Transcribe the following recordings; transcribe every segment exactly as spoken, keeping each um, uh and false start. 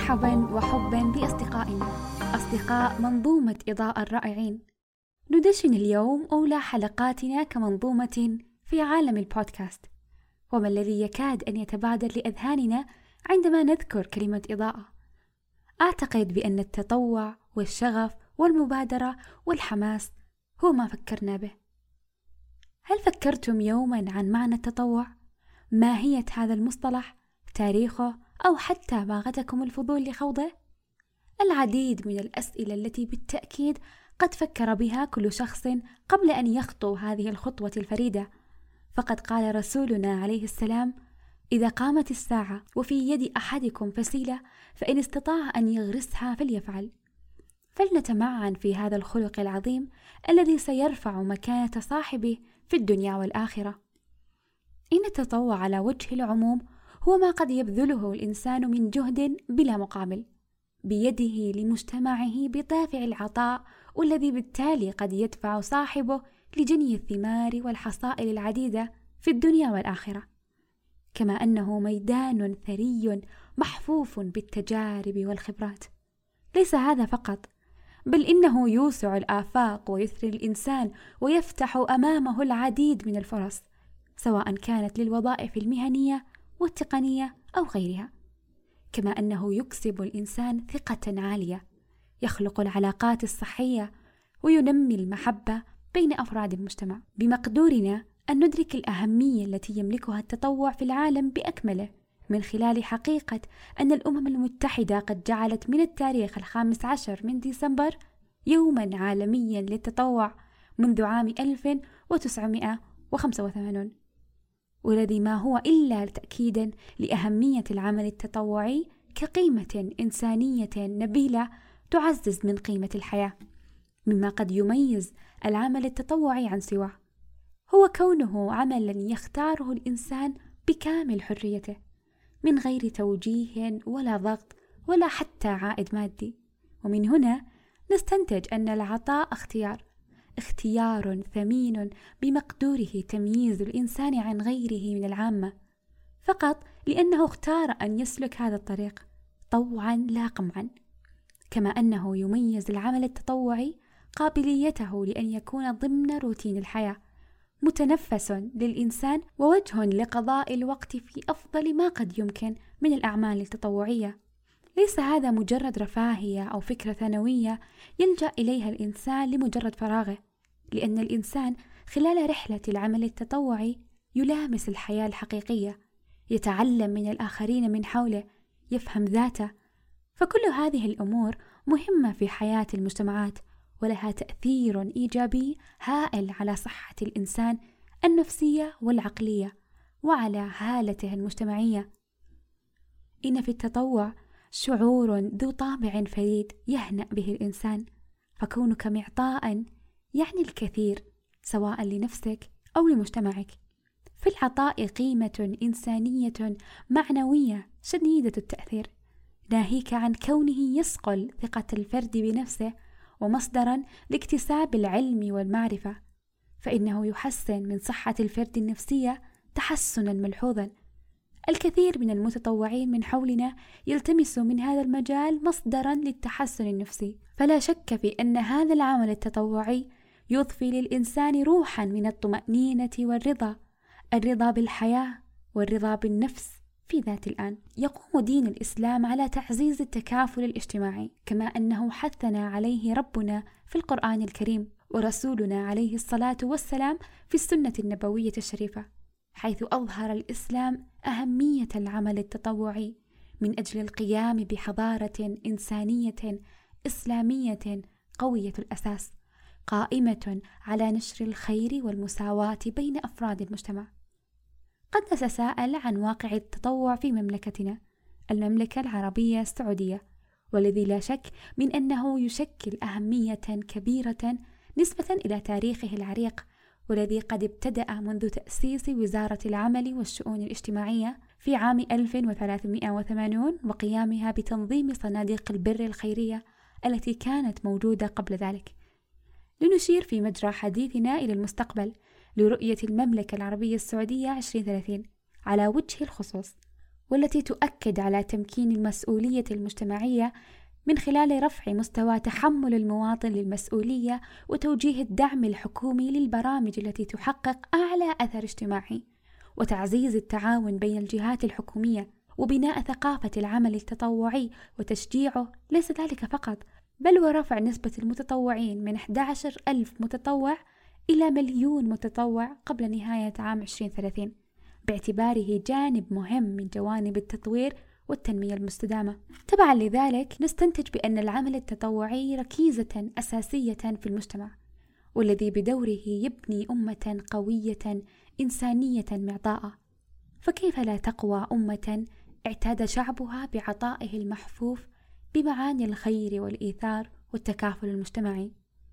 مرحبا وحبا بأصدقائنا أصدقاء منظومة إضاءة الرائعين. ندشن اليوم أولى حلقاتنا كمنظومة في عالم البودكاست، وما الذي يكاد أن يتبادر لأذهاننا عندما نذكر كلمة إضاءة؟ أعتقد بأن التطوع والشغف والمبادرة والحماس هو ما فكرنا به. هل فكرتم يوما عن معنى التطوع؟ ماهية هذا المصطلح؟ تاريخه؟ أو حتى باغتكم الفضول لخوضه؟ العديد من الأسئلة التي بالتأكيد قد فكر بها كل شخص قبل أن يخطو هذه الخطوة الفريدة، فقد قال رسولنا عليه السلام: إذا قامت الساعة وفي يد أحدكم فسيلة فإن استطاع أن يغرسها فليفعل. فلنتمعن في هذا الخلق العظيم الذي سيرفع مكانة صاحبه في الدنيا والآخرة. إن التطوع على وجه العموم هو ما قد يبذله الإنسان من جهد بلا مقابل بيده لمجتمعه بدافع العطاء، والذي بالتالي قد يدفع صاحبه لجني الثمار والحصائل العديدة في الدنيا والآخرة، كما أنه ميدان ثري محفوف بالتجارب والخبرات. ليس هذا فقط، بل إنه يوسع الآفاق ويثري الإنسان ويفتح أمامه العديد من الفرص، سواء كانت للوظائف المهنية والتقنية أو غيرها، كما أنه يكسب الإنسان ثقة عالية، يخلق العلاقات الصحية وينمي المحبة بين أفراد المجتمع. بمقدورنا أن ندرك الأهمية التي يملكها التطوع في العالم بأكمله من خلال حقيقة أن الأمم المتحدة قد جعلت من التاريخ الخامس عشر من ديسمبر يوما عالميا للتطوع منذ عام ألف وتسعمائة وخمسة وثمانين، والذي ما هو إلا تأكيدا لأهمية العمل التطوعي كقيمة إنسانية نبيلة تعزز من قيمة الحياة. مما قد يميز العمل التطوعي عن سواه هو كونه عملا يختاره الإنسان بكامل حريته، من غير توجيه ولا ضغط ولا حتى عائد مادي. ومن هنا نستنتج أن العطاء اختيار اختيار ثمين بمقدوره تمييز الإنسان عن غيره من العامة، فقط لأنه اختار أن يسلك هذا الطريق طوعا لا قمعا. كما أنه يميز العمل التطوعي قابليته لأن يكون ضمن روتين الحياة، متنفس للإنسان ووجه لقضاء الوقت في أفضل ما قد يمكن من الأعمال التطوعية. ليس هذا مجرد رفاهية أو فكرة ثانوية يلجأ إليها الإنسان لمجرد فراغه، لأن الإنسان خلال رحلة العمل التطوعي يلامس الحياة الحقيقية، يتعلم من الآخرين من حوله، يفهم ذاته. فكل هذه الأمور مهمة في حياة المجتمعات، ولها تأثير إيجابي هائل على صحة الإنسان النفسية والعقلية وعلى حالته المجتمعية. إن في التطوع شعور ذو طابع فريد يهنأ به الإنسان، فكونك معطاء يعني الكثير سواء لنفسك أو لمجتمعك. في العطاء قيمة إنسانية معنوية شديدة التأثير، ناهيك عن كونه يصقل ثقة الفرد بنفسه ومصدرا لاكتساب العلم والمعرفة، فإنه يحسن من صحة الفرد النفسية تحسنا ملحوظا. الكثير من المتطوعين من حولنا يلتمس من هذا المجال مصدرا للتحسن النفسي، فلا شك في أن هذا العمل التطوعي يضفي للإنسان روحا من الطمأنينة والرضا، الرضا بالحياة والرضا بالنفس في ذات الآن. يقوم دين الإسلام على تعزيز التكافل الاجتماعي، كما أنه حثنا عليه ربنا في القرآن الكريم ورسولنا عليه الصلاة والسلام في السنة النبوية الشريفة، حيث أظهر الإسلام أهمية العمل التطوعي من أجل القيام بحضارة إنسانية إسلامية قوية الأساس، قائمة على نشر الخير والمساواة بين أفراد المجتمع. قد نتساءل عن واقع التطوع في مملكتنا المملكة العربية السعودية، والذي لا شك من أنه يشكل أهمية كبيرة نسبة إلى تاريخه العريق، والذي قد ابتدأ منذ تأسيس وزارة العمل والشؤون الاجتماعية في عام ألف وثلاثمائة وثمانين وقيامها بتنظيم صناديق البر الخيرية التي كانت موجودة قبل ذلك. لنشير في مجرى حديثنا إلى المستقبل لرؤية المملكة العربية السعودية عشرين ثلاثين على وجه الخصوص، والتي تؤكد على تمكين المسؤولية المجتمعية من خلال رفع مستوى تحمل المواطن للمسؤولية وتوجيه الدعم الحكومي للبرامج التي تحقق أعلى أثر اجتماعي، وتعزيز التعاون بين الجهات الحكومية، وبناء ثقافة العمل التطوعي وتشجيعه. ليس ذلك فقط، بل ورفع نسبة المتطوعين من أحد عشر ألف متطوع إلى مليون متطوع قبل نهاية عام عشرين ثلاثين، باعتباره جانب مهم من جوانب التطوير والتنمية المستدامة. تبعا لذلك نستنتج بأن العمل التطوعي ركيزة أساسية في المجتمع، والذي بدوره يبني أمة قوية إنسانية معطاءة. فكيف لا تقوى أمة اعتاد شعبها بعطائه المحفوف بمعاني الخير والإيثار والتكافل المجتمعي؟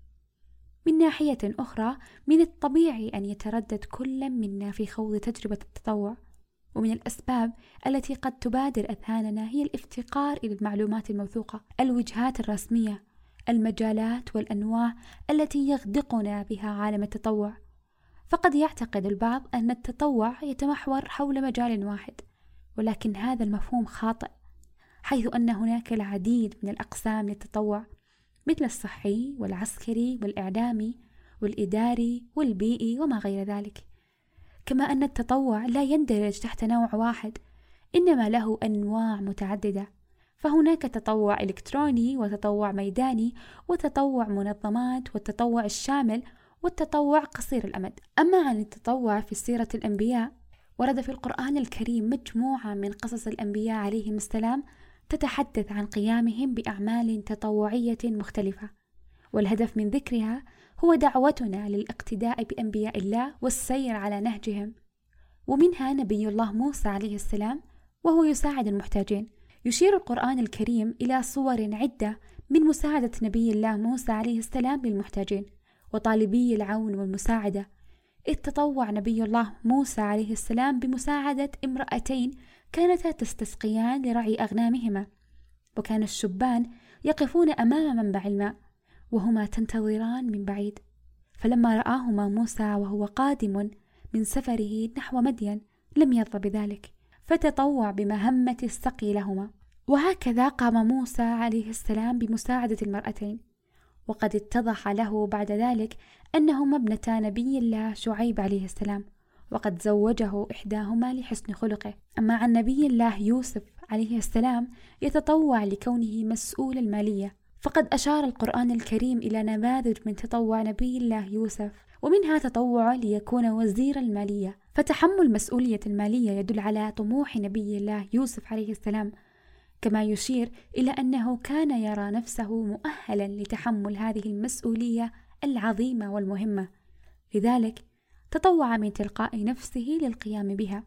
من ناحية أخرى، من الطبيعي أن يتردد كل منا في خوض تجربة التطوع، ومن الأسباب التي قد تبادر أذهاننا هي الافتقار إلى المعلومات الموثوقة، الوجهات الرسمية، المجالات والأنواع التي يغدقنا بها عالم التطوع. فقد يعتقد البعض أن التطوع يتمحور حول مجال واحد، ولكن هذا المفهوم خاطئ، حيث أن هناك العديد من الأقسام للتطوع، مثل الصحي والعسكري والإعلامي والإداري والبيئي وما غير ذلك. كما أن التطوع لا يندرج تحت نوع واحد، إنما له أنواع متعددة. فهناك تطوع إلكتروني، وتطوع ميداني، وتطوع منظمات، والتطوع الشامل، والتطوع قصير الأمد. أما عن التطوع في سيرة الأنبياء، ورد في القرآن الكريم مجموعة من قصص الأنبياء عليهم السلام تتحدث عن قيامهم بأعمال تطوعية مختلفة، والهدف من ذكرها هو دعوتنا للاقتداء بأنبياء الله والسير على نهجهم. ومنها نبي الله موسى عليه السلام، وهو يساعد المحتاجين. يشير القرآن الكريم إلى صور عدة من مساعدة نبي الله موسى عليه السلام للمحتاجين وطالبي العون والمساعدة. إذ تطوع نبي الله موسى عليه السلام بمساعدة امرأتين كانتا تستسقيان لرعي أغنامهما، وكان الشبان يقفون أمام منبع الماء وهما تنتظران من بعيد، فلما رآهما موسى وهو قادم من سفره نحو مدين لم يرضى بذلك، فتطوع بمهمة السقي لهما. وهكذا قام موسى عليه السلام بمساعدة المرأتين، وقد اتضح له بعد ذلك أنهما ابنتا نبي الله شعيب عليه السلام، وقد زوجه إحداهما لحسن خلقه. أما عن نبي الله يوسف عليه السلام يتطوع لكونه مسؤول المالية، فقد أشار القرآن الكريم إلى نماذج من تطوع نبي الله يوسف، ومنها تطوع ليكون وزير المالية. فتحمل مسؤولية المالية يدل على طموح نبي الله يوسف عليه السلام، كما يشير إلى أنه كان يرى نفسه مؤهلا لتحمل هذه المسؤولية العظيمة والمهمة، لذلك تطوع من تلقاء نفسه للقيام بها.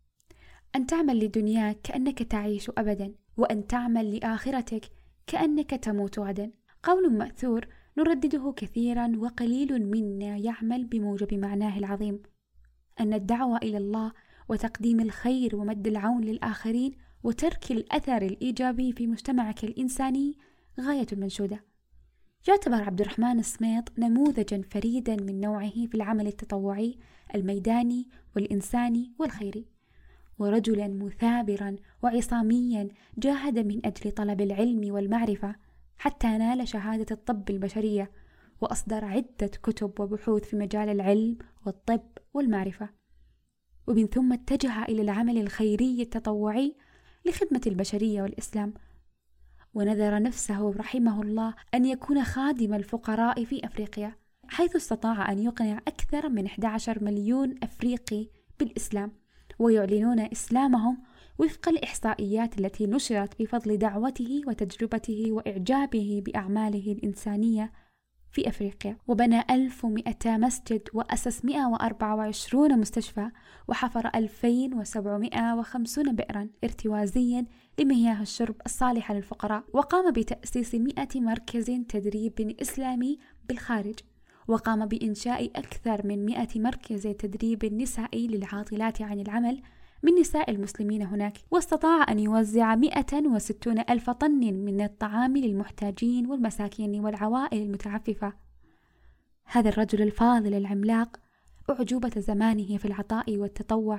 أن تعمل لدنياك كأنك تعيش أبدا، وأن تعمل لآخرتك كأنك تموت غدا. قول مأثور نردده كثيرا وقليل منا يعمل بموجب معناه العظيم، أن الدعوة إلى الله وتقديم الخير ومد العون للآخرين وترك الأثر الإيجابي في مجتمعك الإنساني غاية منشودة. يعتبر عبد الرحمن السميط نموذجا فريدا من نوعه في العمل التطوعي الميداني والإنساني والخيري، ورجلا مثابرا وعصاميا جاهد من أجل طلب العلم والمعرفة حتى نال شهادة الطب البشرية، وأصدر عدة كتب وبحوث في مجال العلم والطب والمعرفة، ومن ثم اتجه إلى العمل الخيري التطوعي لخدمة البشرية والإسلام، ونذر نفسه رحمه الله أن يكون خادم الفقراء في أفريقيا، حيث استطاع أن يقنع أكثر من أحد عشر مليون أفريقي بالإسلام ويعلنون إسلامهم وفق الإحصائيات التي نشرت بفضل دعوته وتجربته وإعجابه بأعماله الإنسانية في أفريقيا. وبنى ألف ومئة مسجد، وأسس مئة وأربعة وعشرين مستشفى، وحفر ألفين وسبعمئة وخمسين بئرا ارتوازيا لمياه الشرب الصالحة للفقراء، وقام بتأسيس مئة مركز تدريب إسلامي بالخارج، وقام بإنشاء أكثر من مئة مركز تدريب نسائي للعاطلات عن العمل من نساء المسلمين هناك، واستطاع أن يوزع مئة وستون ألف طن من الطعام للمحتاجين والمساكين والعوائل المتعففة. هذا الرجل الفاضل العملاق أعجوبة زمانه في العطاء والتطوع،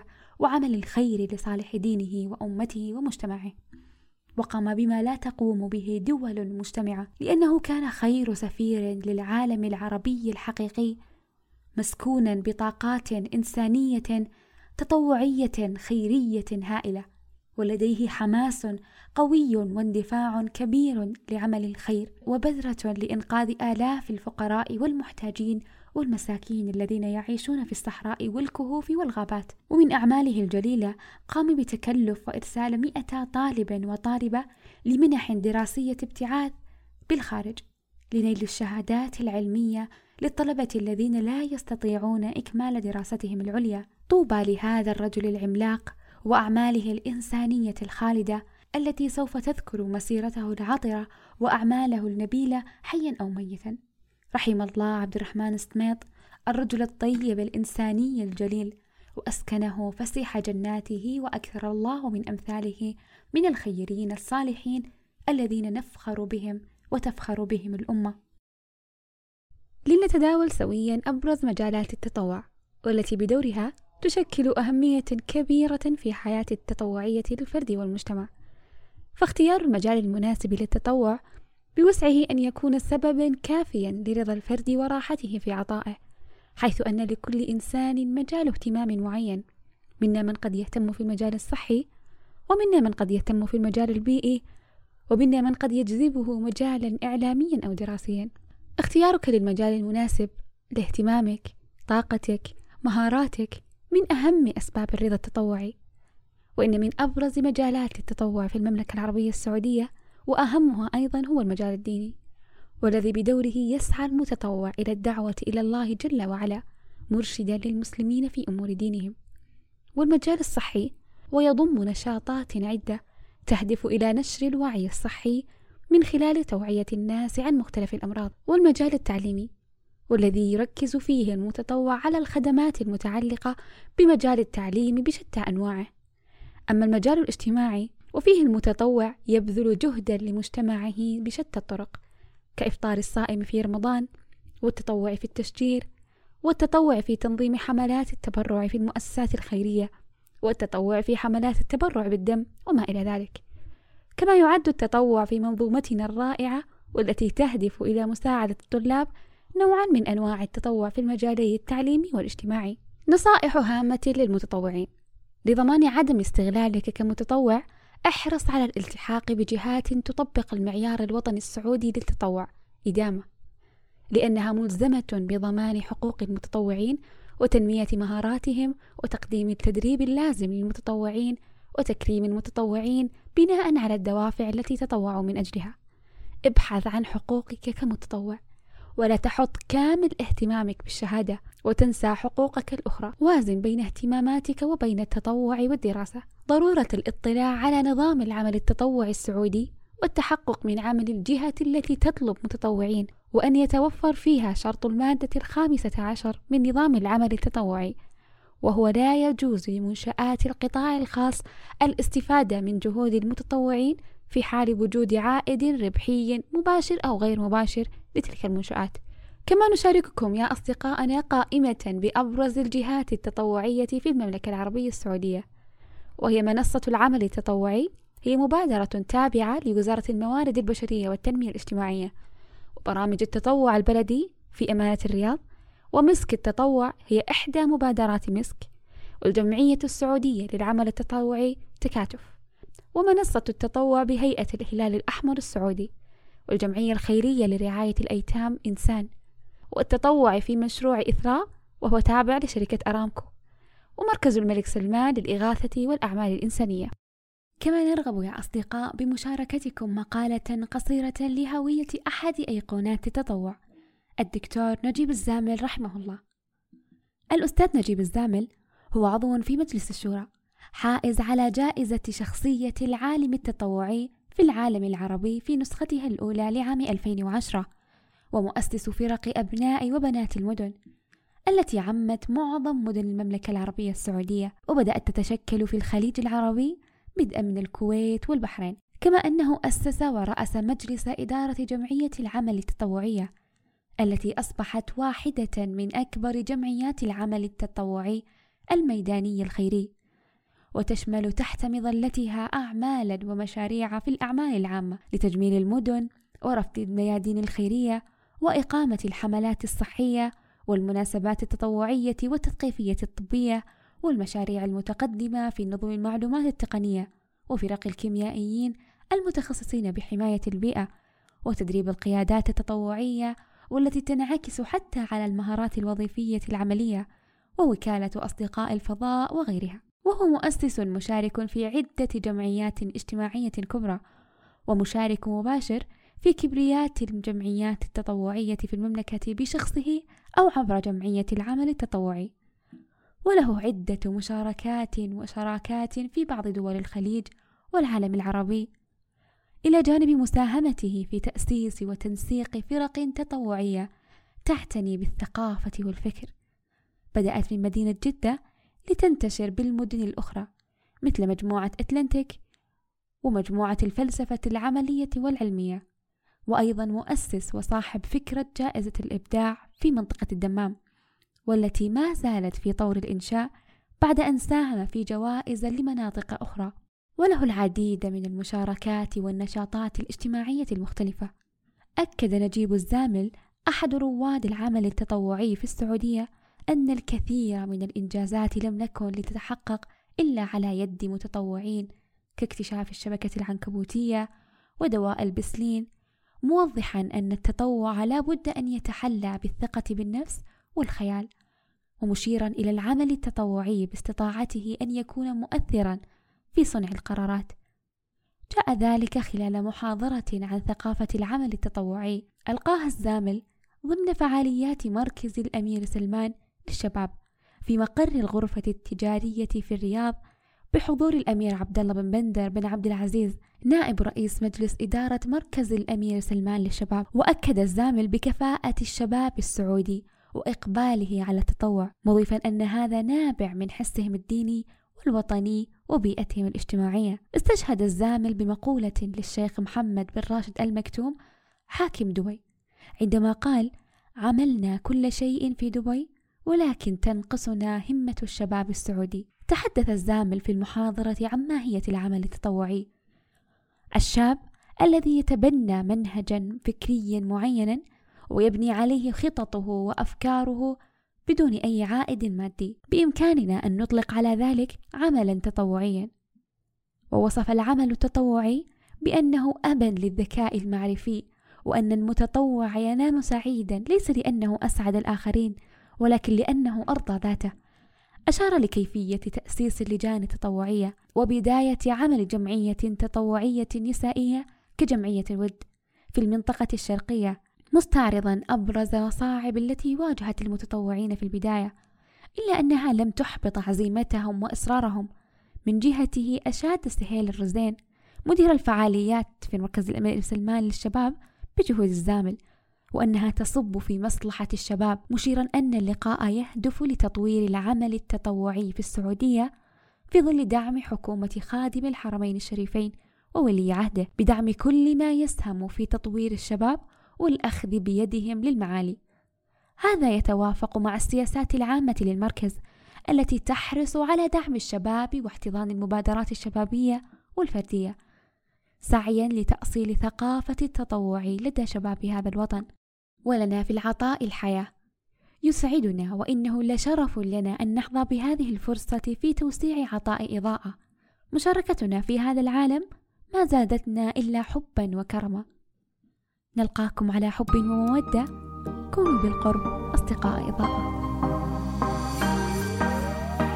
وعمل الخير لصالح دينه وأمته ومجتمعه، وقام بما لا تقوم به دول مجتمعة، لأنه كان خير سفير للعالم العربي الحقيقي، مسكونا بطاقات إنسانية تطوعية خيرية هائلة، ولديه حماس قوي واندفاع كبير لعمل الخير، وبذرة لإنقاذ آلاف الفقراء والمحتاجين والمساكين الذين يعيشون في الصحراء والكهوف والغابات. ومن أعماله الجليلة قام بتكلف وإرسال مئة طالب وطالبة لمنح دراسية ابتعاث بالخارج لنيل الشهادات العلمية للطلبة الذين لا يستطيعون إكمال دراستهم العليا. طوبى لهذا الرجل العملاق وأعماله الإنسانية الخالدة التي سوف تذكر مسيرته العطرة وأعماله النبيلة حيا أو ميتا. رحم الله عبد الرحمن سميط الرجل الطيب الإنساني الجليل، وأسكنه فسيح جناته، وأكثر الله من أمثاله من الخيرين الصالحين الذين نفخر بهم وتفخر بهم الأمة. لنتداول سويا أبرز مجالات التطوع، والتي بدورها تشكل أهمية كبيرة في حياة التطوعية للفرد والمجتمع. فاختيار المجال المناسب للتطوع بوسعه أن يكون سببا كافيا لرضا الفرد وراحته في عطائه، حيث أن لكل إنسان مجال اهتمام معين، منا من قد يهتم في المجال الصحي، ومنا من قد يهتم في المجال البيئي، ومنا من قد يجذبه مجالا إعلاميا أو دراسيا. اختيارك للمجال المناسب لاهتمامك، طاقتك، مهاراتك من أهم أسباب الرضا التطوعي. وإن من أبرز مجالات التطوع في المملكة العربية السعودية وأهمها أيضا هو المجال الديني، والذي بدوره يسعى المتطوع إلى الدعوة إلى الله جل وعلا مرشدا للمسلمين في أمور دينهم. والمجال الصحي ويضم نشاطات عدة تهدف إلى نشر الوعي الصحي من خلال توعية الناس عن مختلف الأمراض. والمجال التعليمي والذي يركز فيه المتطوع على الخدمات المتعلقة بمجال التعليم بشتى أنواعه. أما المجال الاجتماعي وفيه المتطوع يبذل جهدا لمجتمعه بشتى الطرق، كإفطار الصائم في رمضان، والتطوع في التشجير، والتطوع في تنظيم حملات التبرع في المؤسسات الخيرية، والتطوع في حملات التبرع بالدم وما إلى ذلك. كما يعد التطوع في منظومتنا الرائعة والتي تهدف إلى مساعدة الطلاب نوعا من أنواع التطوع في المجالي التعليمي والاجتماعي. نصائح هامة للمتطوعين: لضمان عدم استغلالك كمتطوع، احرص على الالتحاق بجهات تطبق المعيار الوطني السعودي للتطوع إدامة، لأنها ملزمة بضمان حقوق المتطوعين وتنمية مهاراتهم وتقديم التدريب اللازم للمتطوعين وتكريم المتطوعين بناء على الدوافع التي تطوعوا من أجلها. ابحث عن حقوقك كمتطوع، ولا تحط كامل اهتمامك بالشهادة وتنسى حقوقك الأخرى. وازن بين اهتماماتك وبين التطوع والدراسة. ضرورة الاطلاع على نظام العمل التطوعي السعودي والتحقق من عمل الجهة التي تطلب متطوعين، وأن يتوفر فيها شرط المادة الخامسة عشر من نظام العمل التطوعي، وهو لا يجوز لمنشآت القطاع الخاص الاستفادة من جهود المتطوعين في حال وجود عائد ربحي مباشر أو غير مباشر لتلك المنشآت. كما نشارككم يا أصدقائنا قائمة بأبرز الجهات التطوعية في المملكة العربية السعودية، وهي منصة العمل التطوعي، هي مبادرة تابعة لوزارة الموارد البشرية والتنمية الاجتماعية، وبرامج التطوع البلدي في أمانة الرياض، ومسك التطوع هي إحدى مبادرات مسك، والجمعية السعودية للعمل التطوعي تكاتف، ومنصة التطوع بهيئة الهلال الأحمر السعودي، والجمعية الخيرية لرعاية الأيتام إنسان، والتطوع في مشروع إثراء وهو تابع لشركة أرامكو، ومركز الملك سلمان للإغاثة والأعمال الإنسانية. كما نرغب يا أصدقاء بمشاركتكم مقالة قصيرة لهوية أحد أيقونات التطوع، الدكتور نجيب الزامل رحمه الله. الأستاذ نجيب الزامل هو عضو في مجلس الشورى، حائز على جائزة شخصية العالم التطوعي في العالم العربي في نسختها الأولى لعام ألفين وعشرة، ومؤسس فرق أبناء وبنات المدن التي عمت معظم مدن المملكة العربية السعودية، وبدأت تتشكل في الخليج العربي بدءا من الكويت والبحرين. كما أنه أسس ورأس مجلس إدارة جمعية العمل التطوعية التي أصبحت واحدة من أكبر جمعيات العمل التطوعي الميداني الخيري، وتشمل تحت مظلتها أعمالا ومشاريع في الأعمال العامة لتجميل المدن ورفض الميادين الخيرية وإقامة الحملات الصحية والمناسبات التطوعية والتثقيفية الطبية والمشاريع المتقدمة في نظم المعلومات التقنية وفرق الكيميائيين المتخصصين بحماية البيئة وتدريب القيادات التطوعية والتي تنعكس حتى على المهارات الوظيفية العملية ووكالة أصدقاء الفضاء وغيرها. وهو مؤسس مشارك في عدة جمعيات اجتماعية كبرى ومشارك مباشر في كبريات الجمعيات التطوعية في المملكة بشخصه أو عبر جمعية العمل التطوعي، وله عدة مشاركات وشراكات في بعض دول الخليج والعالم العربي، إلى جانب مساهمته في تأسيس وتنسيق فرق تطوعية تعتني بالثقافة والفكر، بدأت من مدينة جدة لتنتشر بالمدن الأخرى مثل مجموعة أتلانتيك ومجموعة الفلسفة العملية والعلمية، وأيضا مؤسس وصاحب فكرة جائزة الإبداع في منطقة الدمام، والتي ما زالت في طور الإنشاء بعد أن ساهم في جوائز لمناطق أخرى. وله العديد من المشاركات والنشاطات الاجتماعية المختلفة. أكد نجيب الزامل أحد رواد العمل التطوعي في السعودية أن الكثير من الإنجازات لم نكن لتتحقق إلا على يد متطوعين كاكتشاف الشبكة العنكبوتية ودواء البسلين، موضحا أن التطوع لا بد أن يتحلى بالثقة بالنفس والخيال، ومشيرا إلى العمل التطوعي باستطاعته أن يكون مؤثرا في صنع القرارات. جاء ذلك خلال محاضرة عن ثقافة العمل التطوعي ألقاها الزامل ضمن فعاليات مركز الأمير سلمان للشباب في مقر الغرفة التجارية في الرياض بحضور الأمير عبد الله بن بندر بن عبد العزيز نائب رئيس مجلس إدارة مركز الأمير سلمان للشباب. وأكد الزامل بكفاءة الشباب السعودي وإقباله على التطوع، مضيفا أن هذا نابع من حسهم الديني والوطني وبيئتهم الاجتماعية. استشهد الزامل بمقولة للشيخ محمد بن راشد المكتوم حاكم دبي عندما قال: عملنا كل شيء في دبي ولكن تنقصنا همة الشباب السعودي. تحدث الزامل في المحاضرة عن ماهية العمل التطوعي: الشاب الذي يتبنى منهجا فكريا معينا ويبني عليه خططه وأفكاره بدون أي عائد مادي، بإمكاننا أن نطلق على ذلك عملا تطوعيا. ووصف العمل التطوعي بأنه أبا للذكاء المعرفي، وأن المتطوع ينام سعيدا ليس لأنه أسعد الآخرين ولكن لأنه أرضى ذاته. أشار لكيفية تأسيس اللجان التطوعية وبداية عمل جمعية تطوعية نسائية كجمعية الود في المنطقة الشرقية، مستعرضا أبرز المصاعب التي واجهت المتطوعين في البداية، إلا أنها لم تحبط عزيمتهم وإصرارهم. من جهته أشاد سهيل الرزين مدير الفعاليات في مركز الأمير سلمان للشباب بجهود الزامل، وأنها تصب في مصلحة الشباب، مشيرا أن اللقاء يهدف لتطوير العمل التطوعي في السعودية في ظل دعم حكومة خادم الحرمين الشريفين وولي عهده بدعم كل ما يسهم في تطوير الشباب والأخذ بيدهم للمعالي. هذا يتوافق مع السياسات العامة للمركز التي تحرص على دعم الشباب واحتضان المبادرات الشبابية والفردية، سعيا لتأصيل ثقافة التطوع لدى شباب هذا الوطن. ولنا في العطاء الحياة. يسعدنا وإنه لشرف لنا أن نحظى بهذه الفرصة في توسيع عطاء إضاءة. مشاركتنا في هذا العالم ما زادتنا إلا حبا وكرما. نلقاكم على حب ومودة. كونوا بالقرب أصدقاء إضاءة.